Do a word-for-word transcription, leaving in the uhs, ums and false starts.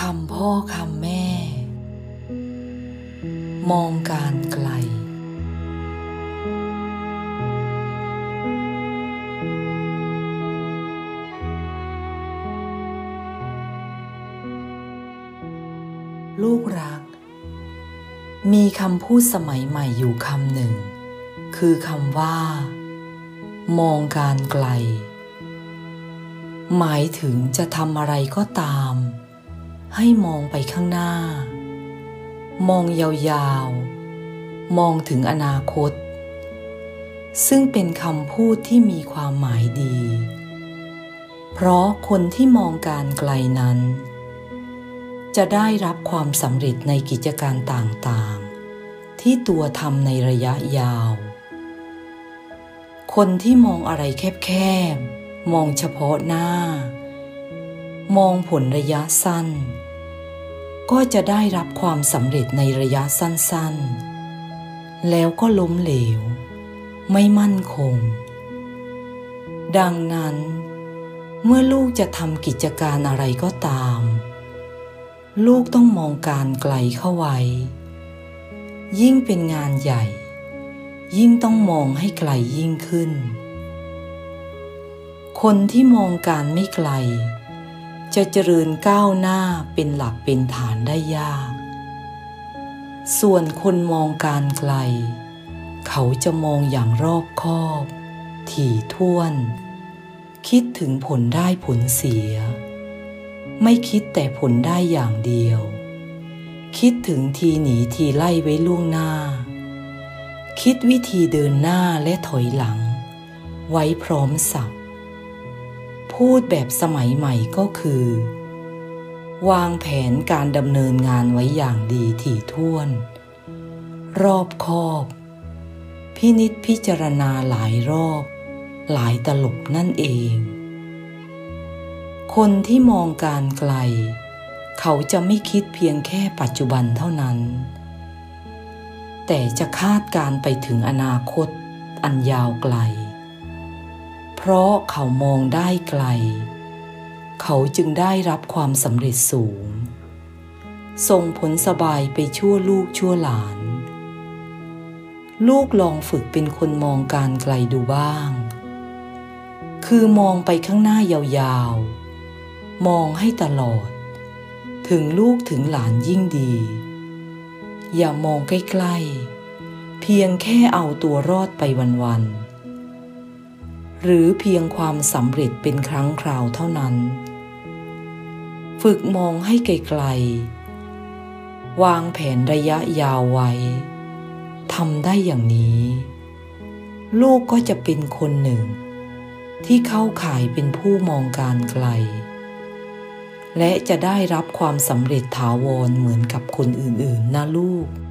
ำพ่อคำแม่มองการไกลลูกรักมีคำพูดสมัยใหม่อยู่คำหนึ่งคือคำว่ามองการไกลหมายถึงจะทำอะไรก็ตามให้มองไปข้างหน้ามองยาวๆมองถึงอนาคตซึ่งเป็นคำพูดที่มีความหมายดีเพราะคนที่มองการไกลนั้นจะได้รับความสำเร็จในกิจการต่างๆที่ตัวทำในระยะยาวคนที่มองอะไรแคบๆมองเฉพาะหน้ามองผลระยะสั้นก็จะได้รับความสำเร็จในระยะสั้นๆแล้วก็ล้มเหลวไม่มั่นคงดังนั้นเมื่อลูกจะทำกิจการอะไรก็ตามลูกต้องมองการไกลเข้าไว้ยิ่งเป็นงานใหญ่ยิ่งต้องมองให้ไกลยิ่งขึ้นคนที่มองการไม่ไกลจะเจริญก้าวหน้าเป็นหลักเป็นฐานได้ยากส่วนคนมองการไกลเขาจะมองอย่างรอบคอบถี่ถ้วนคิดถึงผลได้ผลเสียไม่คิดแต่ผลได้อย่างเดียวคิดถึงทีหนีทีไล่ไว้ล่วงหน้าคิดวิธีเดินหน้าและถอยหลังไว้พร้อมสับพูดแบบสมัยใหม่ก็คือวางแผนการดำเนินงานไว้อย่างดีถี่ถ้วนรอบคอบพินิจพิจารณาหลายรอบหลายตลบนั่นเองคนที่มองการไกลเขาจะไม่คิดเพียงแค่ปัจจุบันเท่านั้นแต่จะคาดการไปถึงอนาคตอันยาวไกลเพราะเขามองได้ไกลเขาจึงได้รับความสำเร็จสูงส่งผลสบายไปชั่วลูกชั่วหลานลูกลองฝึกเป็นคนมองการไกลดูบ้างคือมองไปข้างหน้ายาวๆมองให้ตลอดถึงลูกถึงหลานยิ่งดีอย่ามองใกล้ๆเพียงแค่เอาตัวรอดไปวันๆหรือเพียงความสำเร็จเป็นครั้งคราวเท่านั้นฝึกมองให้ไกลๆวางแผนระยะยาวไว้ทำได้อย่างนี้ลูกก็จะเป็นคนหนึ่งที่เข้าข่ายเป็นผู้มองการไกลและจะได้รับความสำเร็จถาวรเหมือนกับคนอื่นๆนะลูก